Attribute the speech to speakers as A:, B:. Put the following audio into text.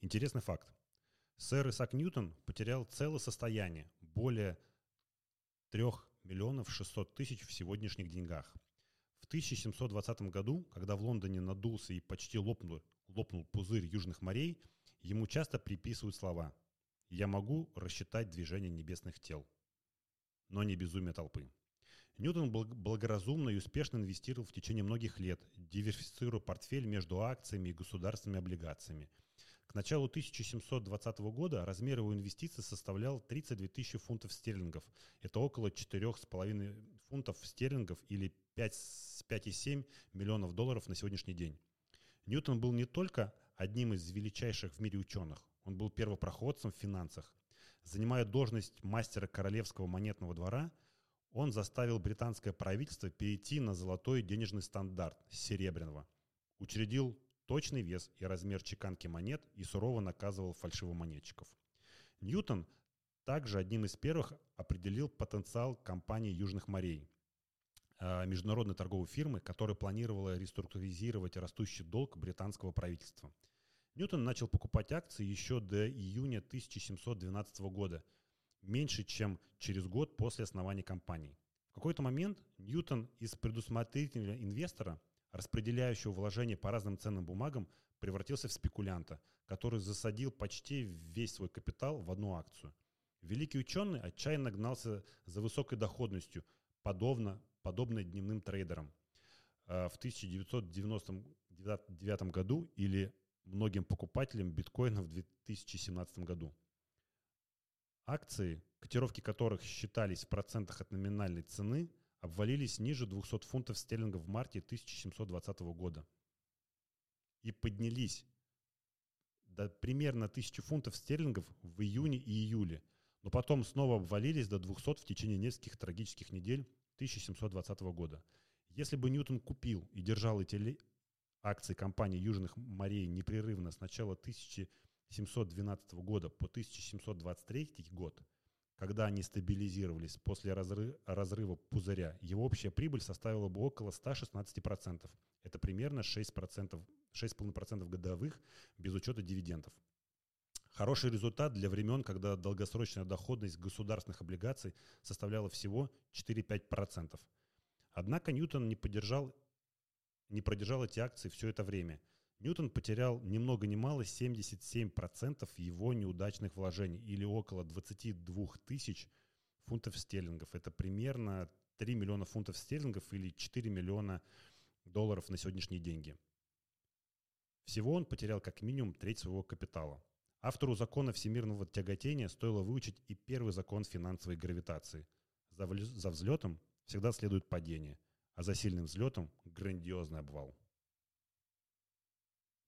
A: Интересный факт. Сэр Исаак Ньютон потерял целое состояние, более 3 600 000 в сегодняшних деньгах. В 1720 году, когда в Лондоне надулся и почти лопнул пузырь южных морей, ему часто приписывают слова «Я могу рассчитать движение небесных тел», но не безумие толпы. Ньютон благоразумно и успешно инвестировал в течение многих лет, диверсифицируя портфель между акциями и государственными облигациями. К началу 1720 года размер его инвестиций составлял 32 тысячи фунтов стерлингов. Это около 4,5 фунтов стерлингов или 5,7 миллионов долларов на сегодняшний день. Ньютон был не только одним из величайших в мире ученых, он был первопроходцем в финансах. Занимая должность мастера Королевского монетного двора, он заставил британское правительство перейти на золотой денежный стандарт с серебряного, учредил точный вес и размер чеканки монет и сурово наказывал фальшивомонетчиков. Ньютон также одним из первых определил потенциал компании Южных морей, международной торговой фирмы, которая планировала реструктуризировать растущий долг британского правительства. Ньютон начал покупать акции еще до июня 1712 года, меньше чем через год после основания компании. В какой-то момент Ньютон из предусмотрительного инвестора, распределяющего вложения по разным ценным бумагам, превратился в спекулянта, который засадил почти весь свой капитал в одну акцию. Великий ученый отчаянно гнался за высокой доходностью, подобной дневным трейдерам в 1999 году или многим покупателям биткоина в 2017 году. Акции, котировки которых считались в процентах от номинальной цены, обвалились ниже 200 фунтов стерлингов в марте 1720 года и поднялись до примерно 1000 фунтов стерлингов в июне и июле, но потом снова обвалились до 200 в течение нескольких трагических недель 1720 года. Если бы Ньютон купил и держал эти акции компании Южных морей непрерывно с начала 1712 года по 1723 год, когда они стабилизировались после разрыва пузыря, его общая прибыль составила бы около 116%. Это примерно 6,5% годовых без учета дивидендов. Хороший результат для времен, когда долгосрочная доходность государственных облигаций составляла всего 4-5%. Однако Ньютон не продержал эти акции все это время. Ньютон потерял ни много ни мало 77% его неудачных вложений, или около 22 тысяч фунтов стерлингов. Это примерно 3 миллиона фунтов стерлингов или 4 миллиона долларов на сегодняшние деньги. Всего он потерял как минимум треть своего капитала. Автору закона всемирного тяготения стоило выучить и первый закон финансовой гравитации. За взлетом всегда следует падение, а за сильным взлетом – грандиозный обвал.